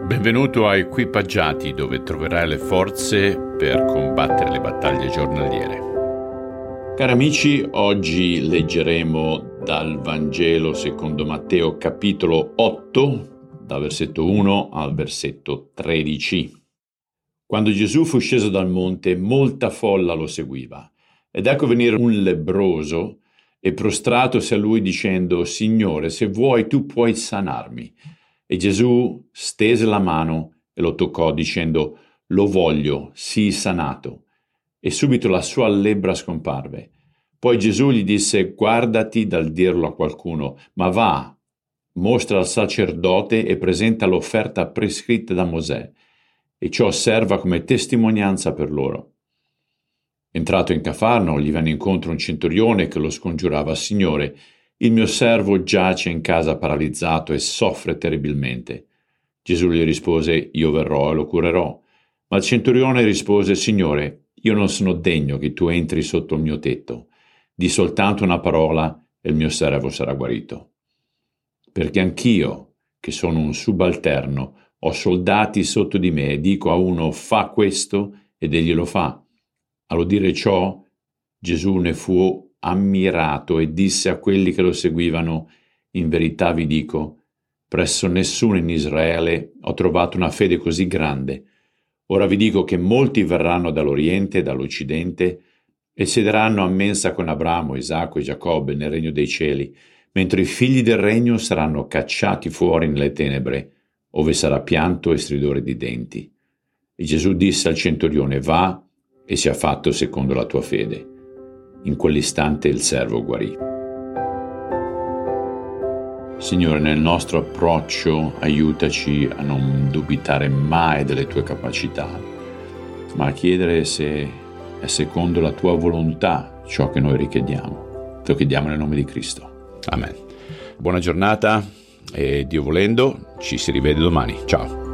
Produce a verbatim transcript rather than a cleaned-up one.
Benvenuto a Equipaggiati, dove troverai le forze per combattere le battaglie giornaliere. Cari amici, oggi leggeremo dal Vangelo secondo Matteo capitolo otto, dal versetto uno al versetto tredici. Quando Gesù fu sceso dal monte, molta folla lo seguiva, ed ecco venire un lebbroso e prostratosi a lui dicendo: Signore, se vuoi tu puoi sanarmi. E Gesù stese la mano e lo toccò dicendo: Lo voglio, sii sanato. E subito la sua lebbra scomparve. Poi Gesù gli disse: Guardati dal dirlo a qualcuno, ma va, mostra al sacerdote e presenta l'offerta prescritta da Mosè, e ciò serva come testimonianza per loro. Entrato in Cafarno, gli venne incontro un centurione che lo scongiurava: Signore, il mio servo giace in casa paralizzato e soffre terribilmente. Gesù gli rispose: Io verrò e lo curerò. Ma il centurione rispose: Signore, io non sono degno che tu entri sotto il mio tetto. Di soltanto una parola e il mio servo sarà guarito. Perché anch'io, che sono un subalterno, ho soldati sotto di me e dico a uno: fa questo, ed egli lo fa. All'udire ciò, Gesù ne fu ammirato e disse a quelli che lo seguivano: In verità vi dico, presso nessuno in Israele ho trovato una fede così grande. Ora vi dico che molti verranno dall'Oriente e dall'Occidente e siederanno a mensa con Abramo, Isacco e Giacobbe nel regno dei cieli, mentre i figli del regno saranno cacciati fuori nelle tenebre, ove sarà pianto e stridore di denti. E Gesù disse al centurione: Va e sia fatto secondo la tua fede. In quell'istante il servo guarì. Signore, nel nostro approccio aiutaci a non dubitare mai delle tue capacità, ma a chiedere se è secondo la tua volontà ciò che noi richiediamo. Te lo chiediamo nel nome di Cristo. Amen. Buona giornata e Dio volendo ci si rivede domani. Ciao.